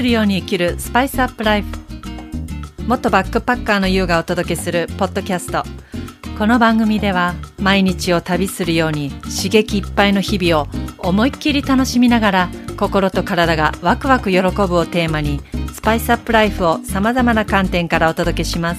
するように生きるスパイスアップライフ。元バックパッカーの優がお届けするポッドキャスト。この番組では毎日を旅するように刺激いっぱいの日々を思いっきり楽しみながら、心と体がワクワク喜ぶをテーマにスパイスアップライフをさまざまな観点からお届けします。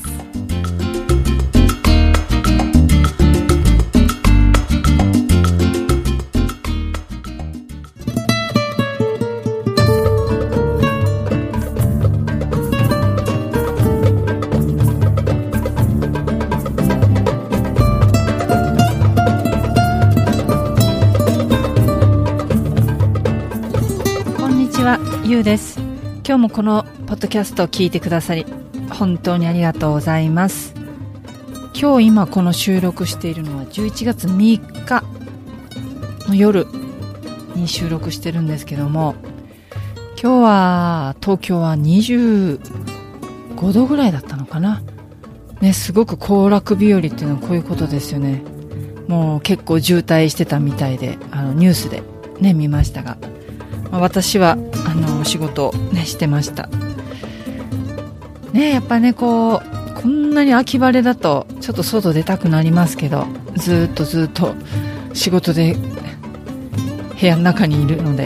ゆうです。今日もこのポッドキャストを聞いてくださり本当にありがとうございます。今この収録しているのは11月3日の夜に収録してるんですけども、今日は東京は25度ぐらいだったのかな、ね、すごく行楽日和っていうのはこういうことですよね。もう結構渋滞してたみたいで、ニュースで、ね、見ましたが、私は仕事を、ね、してましたね。やっぱねこんなに秋晴れだとちょっと外出たくなりますけど、ずっと仕事で部屋の中にいるので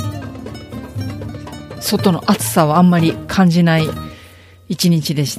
外の暑さはあんまり感じない一日でした。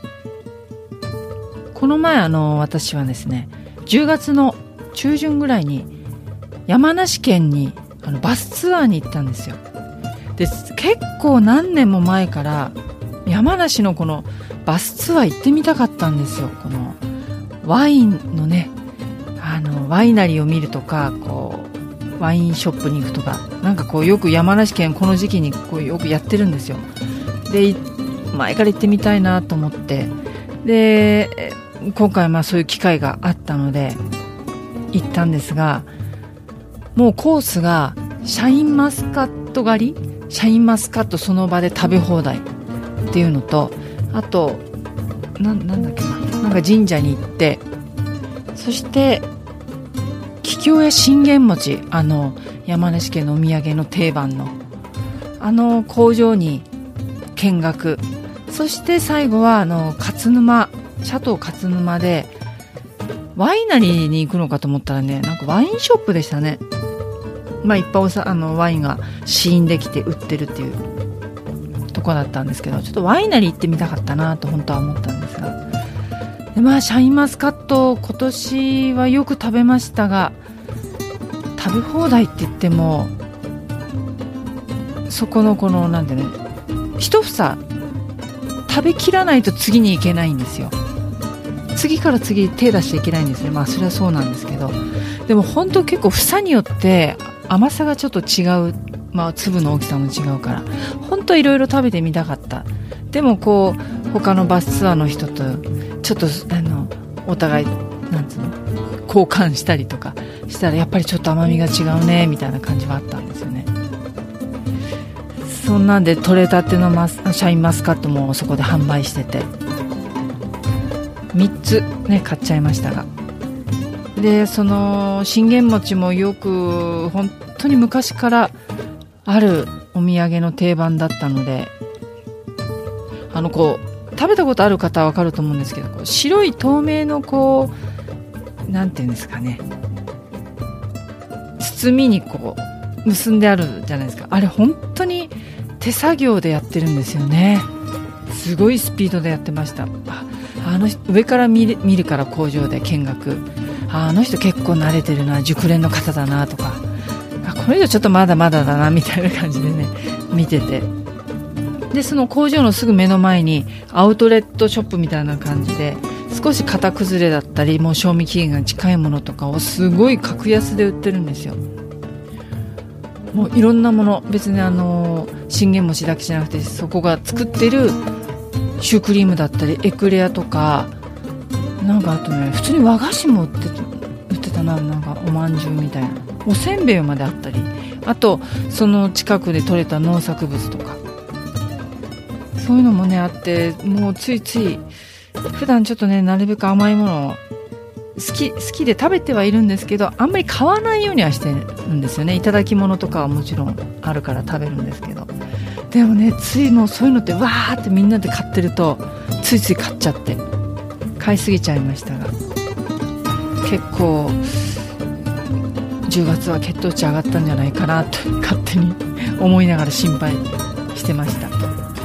この前私はですね、10月の中旬ぐらいに山梨県にバスツアーに行ったんですよ。で、結構何年も前から山梨のこのバスツアー行ってみたかったんですよ。このワインのね、ワイナリーを見るとか、ワインショップに行くとか、なんかよく山梨県この時期によくやってるんですよ。で、前から行ってみたいなと思って、で今回そういう機会があったので行ったんですが、もうコースがシャインマスカット狩り、シャインマスカットその場で食べ放題っていうのと、あとなんだっけな、なんか神社に行って、そして桔梗や信玄餅、山梨県のお土産の定番の工場に見学、そして最後は勝沼、シャトー勝沼でワイナリーに行くのかと思ったらね、なんかワインショップでしたね。いっぱいワインが試飲できて売ってるっていうとこだったんですけど、ちょっとワイナリー行ってみたかったなと本当は思ったんですが、でシャインマスカット今年はよく食べましたが、食べ放題って言ってもそこのなんてね、一房食べきらないと次に行けないんですよ。次から次手出していけないんですね。それはそうなんですけど、でも本当結構房によって甘さがちょっと違う、粒の大きさも違うから、本当いろいろ食べてみたかった。でも他のバスツアーの人とちょっとお互いなんつうの交換したりとかしたら、やっぱりちょっと甘みが違うねみたいな感じはあったんですよね。そんなんで取れたてのシャインマスカットもそこで販売してて3つね買っちゃいましたが、でその信玄餅もよく本当に昔からあるお土産の定番だったので、食べたことある方は分かると思うんですけど、白い透明のなんていうんですかね、包みに結んであるじゃないですか。あれ本当に手作業でやってるんですよね。すごいスピードでやってました。上から見るから工場で見学、あの人結構慣れてるな、熟練の方だなとか、この人ちょっとまだまだだなみたいな感じでね見てて、でその工場のすぐ目の前にアウトレットショップみたいな感じで、少し型崩れだったりもう賞味期限が近いものとかをすごい格安で売ってるんですよ。もういろんなもの、別に信玄餅だけじゃなくて、そこが作ってるシュークリームだったりエクレアとか、なんかあとね、普通に和菓子も売ってたな、なんかおまんじゅうみたいな、おせんべいまであったり、あとその近くで採れた農作物とか、そういうのもねあって、もうついつい普段ちょっとねなるべく甘いものを好きで食べてはいるんですけど、あんまり買わないようにはしてるんですよね。いただき物とかはもちろんあるから食べるんですけど、 でもね、ついもうそういうのってわーってみんなで買ってるとついつい買っちゃって買いすぎちゃいましたが、結構10月は血糖値上がったんじゃないかなと勝手に思いながら心配してました。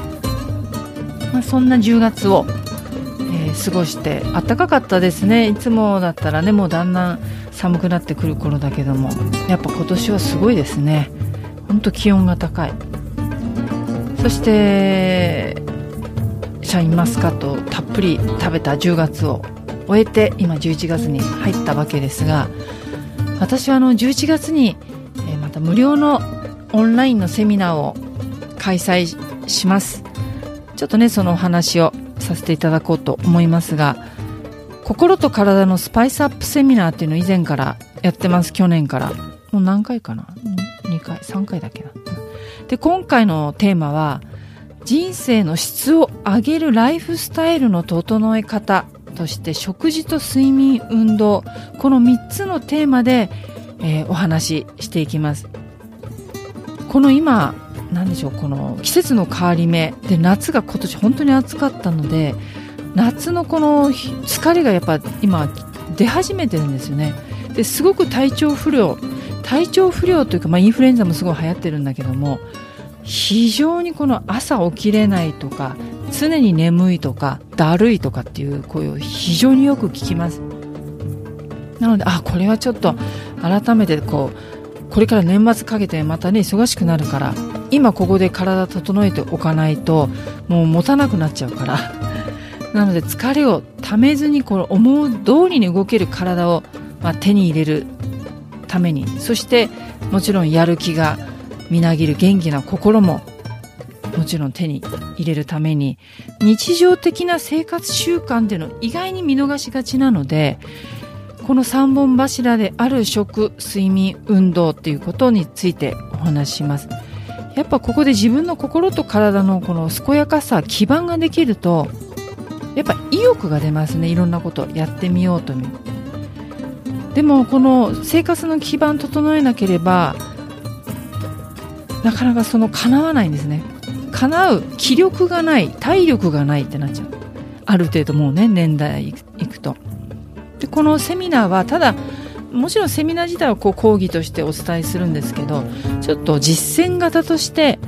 そんな10月を、過ごして暖かかったですね。いつもだったらね、もうだんだん寒くなってくる頃だけども、やっぱ今年はすごいですね。本当気温が高い。そしてシャインマスカットをたっぷり食べた10月を終えて今11月に入ったわけですが、私は11月にまた無料のオンラインのセミナーを開催します。ちょっとね、そのお話をさせていただこうと思いますが、心と体のスパイスアップセミナーっていうのを以前からやってます。去年からもう何回かな、2回3回だっけな。で、今回のテーマは人生の質を上げるライフスタイルの整え方として、食事と睡眠、運動、この3つのテーマで、お話ししていきます。この今なんでしょう、この季節の変わり目で、夏が今年本当に暑かったので、夏のこの疲れがやっぱ今出始めてるんですよね。ですごく体調不良というか、インフルエンザもすごい流行ってるんだけども、非常にこの朝起きれないとか、常に眠いとかだるいとかっていう声を非常によく聞きます。なので、これはちょっと改めてこれから年末かけてまたね忙しくなるから、今ここで体整えておかないともう持たなくなっちゃうからなので疲れをためずに思う通りに動ける体を、手に入れるために、そしてもちろんやる気がみなぎる元気な心ももちろん手に入れるために、日常的な生活習慣っていうのを意外に見逃しがちなので、この3本柱である食、睡眠、運動っていうことについてお話しします。やっぱここで自分の心と体のこの健やかさ、基盤ができると、やっぱ意欲が出ますね。いろんなことをやってみようという。でもこの生活の基盤整えなければ、なかなか叶わないんですね。叶う気力がない、体力がないってなっちゃう。ある程度もうね、年代いくと。で、このセミナーはただ、もちろんセミナー自体は講義としてお伝えするんですけど、ちょっと実践型として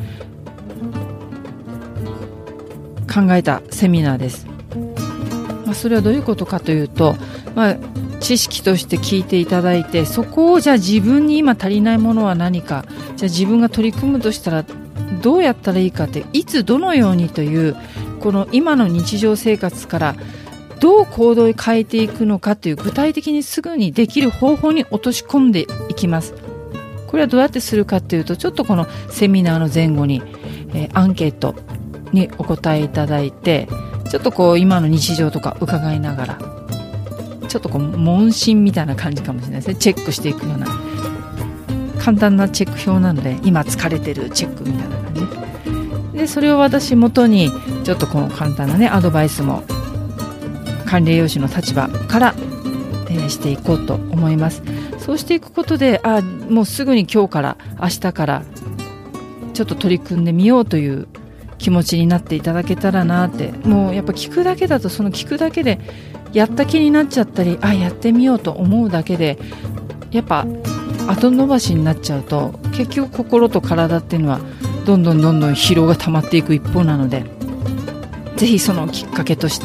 考えたセミナーです。それはどういうことかというと、知識として聞いていただいて、そこをじゃあ自分に今足りないものは何か、じゃあ自分が取り組むとしたらどうやったらいいかって、いつどのようにという、この今の日常生活からどう行動を変えていくのかという具体的にすぐにできる方法に落とし込んでいきます。これはどうやってするかというと、ちょっとこのセミナーの前後に、アンケートにお答えいただいて、ちょっと今の日常とか伺いながら、ちょっと問診みたいな感じかもしれないですね。チェックしていくような簡単なチェック表なので、今疲れてるチェックみたいな感じで、それを私元にちょっと簡単なねアドバイスも管理栄養士の立場から、していこうと思います。そうしていくことで、もうすぐに今日から明日からちょっと取り組んでみようという気持ちになっていただけたらなって。もうやっぱ聞くだけだと、聞くだけでやった気になっちゃったり、やってみようと思うだけでやっぱ後延ばしになっちゃうと、結局心と体っていうのはどんどん疲労が溜まっていく一方なので、ぜひそのきっかけとして、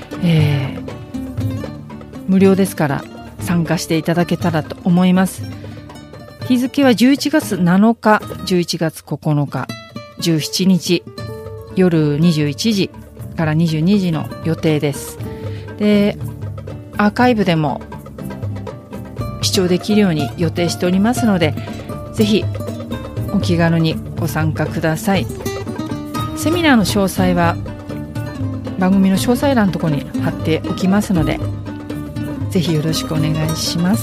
無料ですから参加していただけたらと思います。日付は11月7日、11月9日、17日夜21時から22時の予定です。で、アーカイブでも視聴できるように予定しておりますので、ぜひお気軽にご参加ください。セミナーの詳細は番組の詳細欄のところに貼っておきますので、ぜひよろしくお願いします。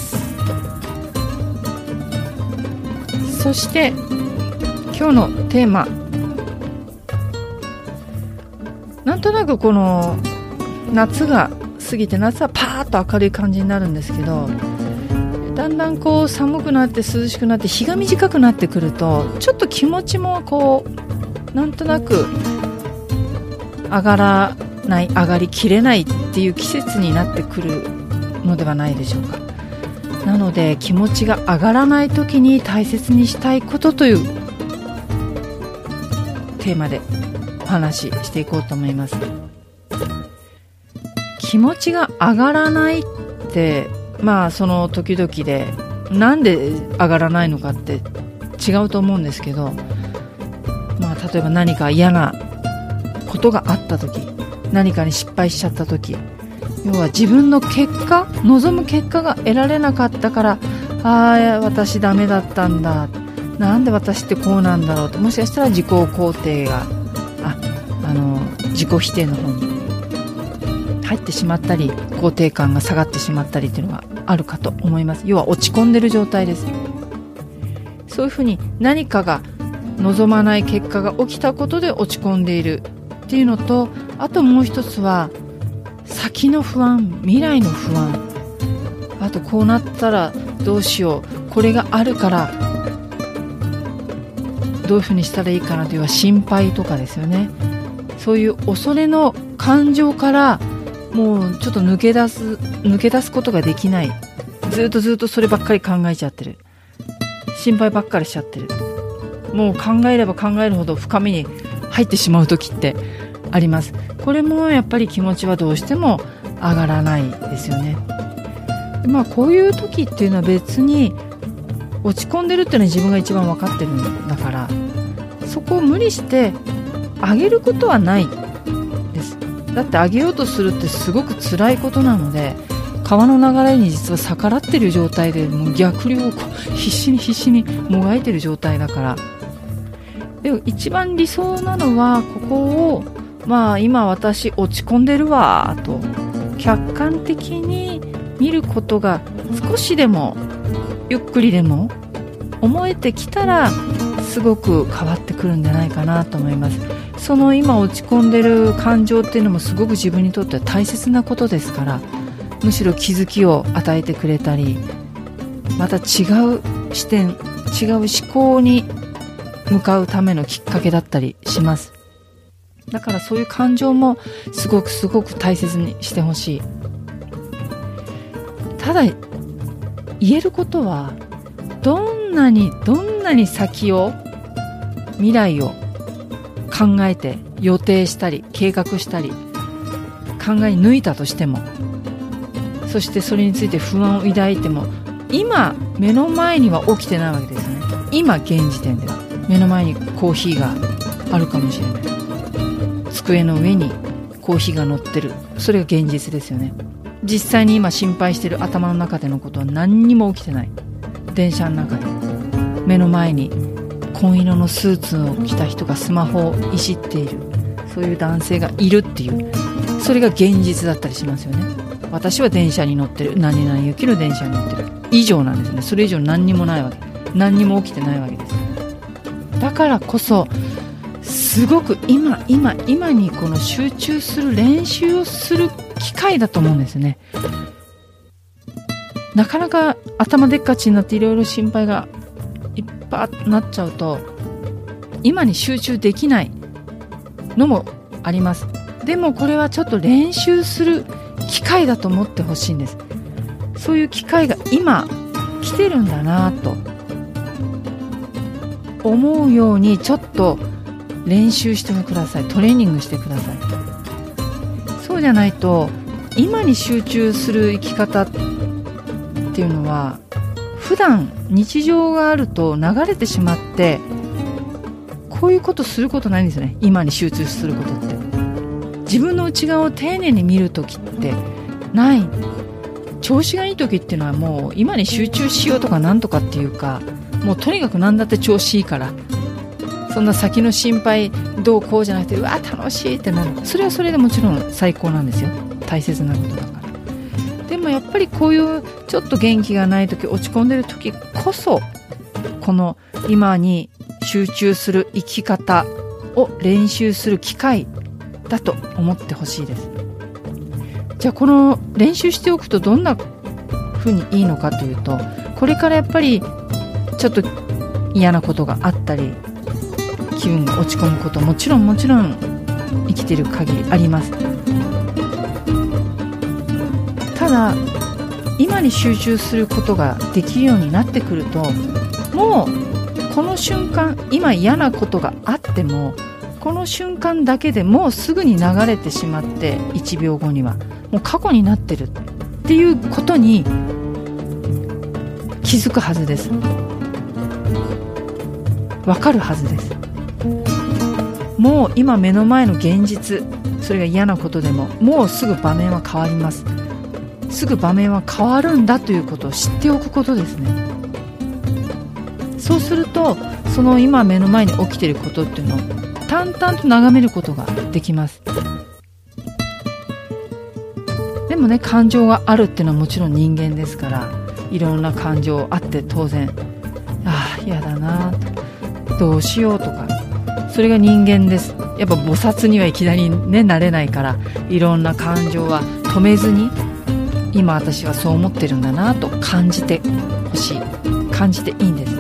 そして今日のテーマ、なんとなくこの夏が過ぎて、夏はパーッと明るい感じになるんですけど、だんだん寒くなって涼しくなって日が短くなってくると、ちょっと気持ちもなんとなく上がらない、上がりきれないっていう季節になってくるのではないでしょうか。なので気持ちが上がらない時に大切にしたいことというテーマでお話ししていこうと思います。気持ちが上がらないって、その時々でなんで上がらないのかって違うと思うんですけど、例えば何か嫌なことがあった時、何かに失敗しちゃった時、要は自分の結果、望む結果が得られなかったから、私ダメだったんだ、なんで私ってこうなんだろうと、もしかしたら自己肯定が自己否定の方に入ってしまったり、肯定感が下がってしまったりというのがあるかと思います。要は落ち込んでる状態です。そういうふうに何かが望まない結果が起きたことで落ち込んでいるっていうのと、あともう一つは先の不安、未来の不安、あとこうなったらどうしよう、これがあるからどういうふうにしたらいいかなという心配とかですよね。そういう恐れの感情からもうちょっと抜け出すことができない、ずっとそればっかり考えちゃってる、心配ばっかりしちゃってる、もう考えれば考えるほど深みに入ってしまう時ってあります。これもやっぱり気持ちはどうしても上がらないですよね。こういう時っていうのは別に落ち込んでるっていうのは自分が一番分かってるんだから、そこを無理して上げることはないです。だって上げようとするってすごく辛いことなので、川の流れに実は逆らってる状態で、もう逆流を必死にもがいてる状態だから。でも一番理想なのはここを、今私落ち込んでるわと客観的に見ることが少しでもゆっくりでも思えてきたら、すごく変わってくるんじゃないかなと思います。その今落ち込んでる感情っていうのもすごく自分にとっては大切なことですから、むしろ気づきを与えてくれたり、また違う視点、違う思考に向かうためのきっかけだったりします。だからそういう感情もすごく大切にしてほしい。ただ言えることは、どんなに先を、未来を考えて予定したり計画したり考え抜いたとしても、そしてそれについて不安を抱いても、今目の前には起きてないわけですね。今現時点では目の前にコーヒーがあるかもしれない、机の上にコーヒーが乗ってる、それが現実ですよね。実際に今心配してる頭の中でのことは何にも起きてない。電車の中で目の前に紺色のスーツを着た人がスマホをいじっている、そういう男性がいるっていう、それが現実だったりしますよね。私は電車に乗ってる、何々行きの電車に乗ってる以上なんですよね。それ以上何にもないわけ、何にも起きてないわけです。だからこそすごく今にこの集中する練習をする機会だと思うんですね。なかなか頭でっかちになっていろいろ心配がいっぱいなっちゃうと、今に集中できないのもあります。でもこれはちょっと練習する機会だと思ってほしいんです。そういう機会が今来てるんだなと思うように、ちょっと練習してください。トレーニングしてください。そうじゃないと、今に集中する生き方っていうのは、普段日常があると流れてしまって、こういうことすることないんですよね。今に集中することって、自分の内側を丁寧に見るときってない。調子がいいときっていうのは、もう今に集中しようとかなんとかっていうか、もうとにかく何だって調子いいから、そんな先の心配どうこうじゃなくて、うわ楽しいってなる。それはそれでもちろん最高なんですよ。大切なことだから。でもやっぱりこういうちょっと元気がない時、落ち込んでる時こそ、この今に集中する生き方を練習する機会だと思ってほしいです。じゃあこの練習しておくとどんな風にいいのかというと、これからやっぱりちょっと嫌なことがあったり、 気分が落ち込むこともちろん生きている限りあります。ただ今に集中することができるようになってくると、もうこの瞬間、今嫌なことがあってもこの瞬間だけでもうすぐに流れてしまって、1秒後にはもう過去になってるっていうことに気づくはずです。わかるはずです。もう今目の前の現実、それが嫌なことでももうすぐ場面は変わります。すぐ場面は変わるんだということを知っておくことですね。そうするとその今目の前に起きていることっていうのを淡々と眺めることができます。でもね、感情があるっていうのはもちろん人間ですから、いろんな感情あって当然、ああ嫌だなと、どうしようとか、それが人間です。やっぱ菩薩にはいきなりねなれないから、いろんな感情は止めずに、今私はそう思ってるんだなと感じてほしい、感じていいんです。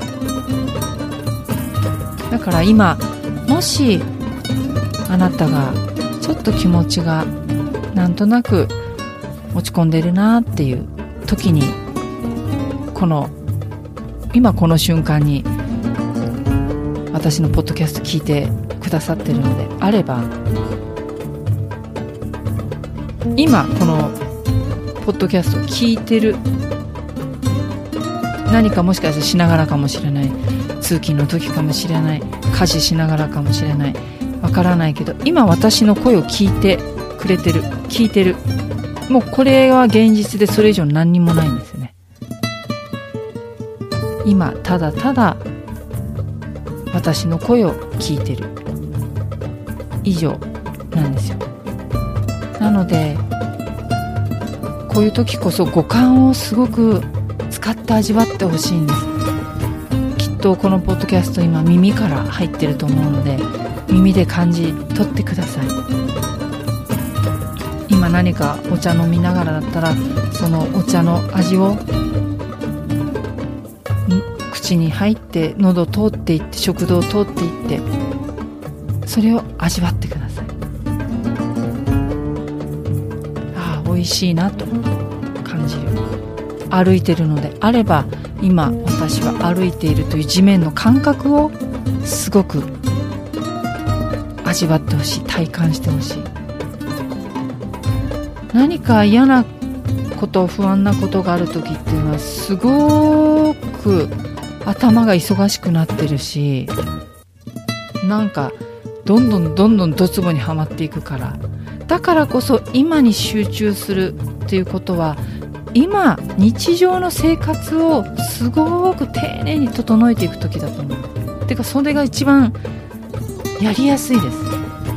だから今もしあなたがちょっと気持ちがなんとなく落ち込んでるなっていう時に、今この瞬間に私のポッドキャスト聞いてくださってるのであれば、今このポッドキャストを聞いてる、何かもしかしたらしながらかもしれない、通勤の時かもしれない、家事しながらかもしれない、わからないけど、今私の声を聞いてくれてる、聞いてる、もうこれは現実でそれ以上何にもないんですよね。今ただただ私の声を聞いてる以上なんですよ。なのでこういう時こそ五感をすごく使って味わってほしいんです。きっとこのポッドキャスト今耳から入ってると思うので、耳で感じ取ってください。今何かお茶飲みながらだったら、そのお茶の味を口に入って喉通っていって食道通っていって、それを味わってください。ああ美味しいなと感じる。歩いてるのであれば、今私は歩いているという地面の感覚をすごく味わってほしい、体感してほしい。何か嫌なこと、不安なことがある時っていうのはすごく頭が忙しくなってるし、なんかどんどんドツボにはまっていくから、だからこそ今に集中するっていうことは、今日常の生活をすごく丁寧に整えていく時だと思う。てかそれが一番やりやすいです。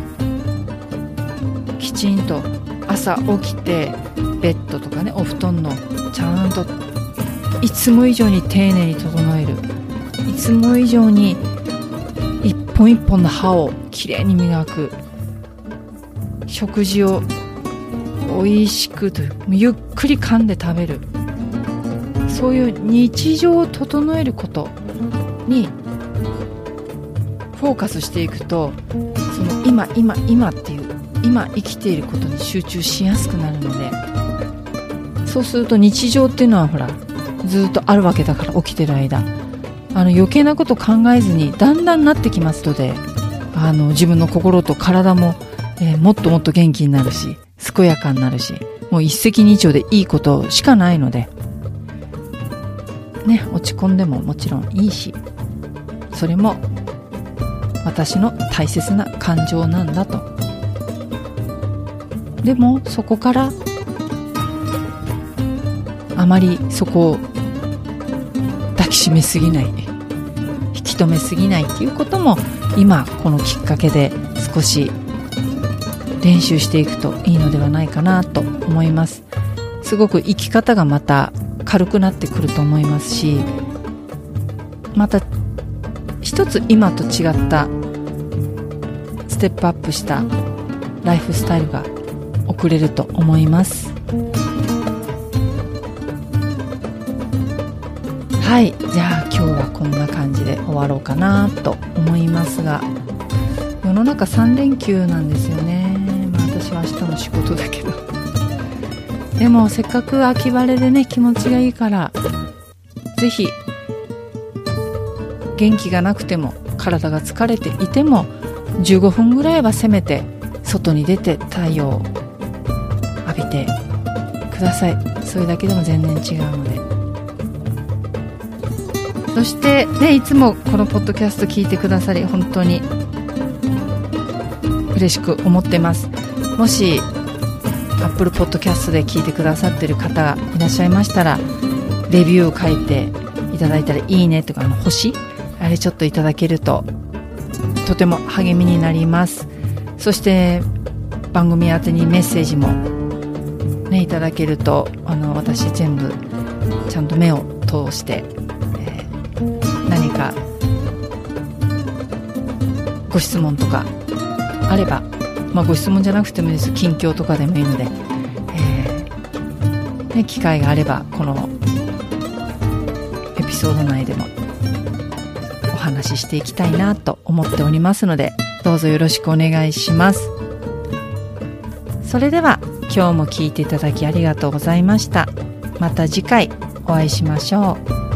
きちんと朝起きてベッドとかね、お布団のちゃんといつも以上に丁寧に整える、いつも以上に一本一本の歯をきれいに磨く、食事を美味しくとゆっくり噛んで食べる、そういう日常を整えることにフォーカスしていくと、その今っていう今生きていることに集中しやすくなるので、そうすると日常っていうのはほらずっとあるわけだから、起きてる間余計なこと考えずにだんだんなってきますので、自分の心と体も、もっともっと元気になるし、健やかになるし、もう一石二鳥でいいことしかないのでね、落ち込んでももちろんいいし、それも私の大切な感情なんだと。でもそこからあまりそこを抱きしめすぎない、引き止めすぎないっていうことも、今このきっかけで少し練習していくといいのではないかなと思います。すごく生き方がまた軽くなってくると思いますし、また一つ今と違ったステップアップしたライフスタイルが送れると思います。 はい、じゃあ今日はこんな感じで終わろうかなと思いますが、世の中3連休なんですよね。私は明日も仕事だけどでもせっかく秋晴れでね、気持ちがいいから、ぜひ元気がなくても体が疲れていても15分ぐらいはせめて外に出て太陽を浴びてください。それだけでも全然違うので。そしてね、いつもこのポッドキャスト聞いてくださり本当に嬉しく思ってます。もしApple Podcast で聞いてくださっている方がいらっしゃいましたら、レビューを書いていただいたら、いいねとか星あれちょっといただけるととても励みになります。そして番組宛てにメッセージも、ね、いただけると私全部ちゃんと目を通して、何かご質問とかあれば、ご質問じゃなくてもいいです。近況とかでもいいので、ね、機会があればこのエピソード内でもお話ししていきたいなと思っておりますので、どうぞよろしくお願いします。それでは今日も聞いていただきありがとうございました。また次回お会いしましょう。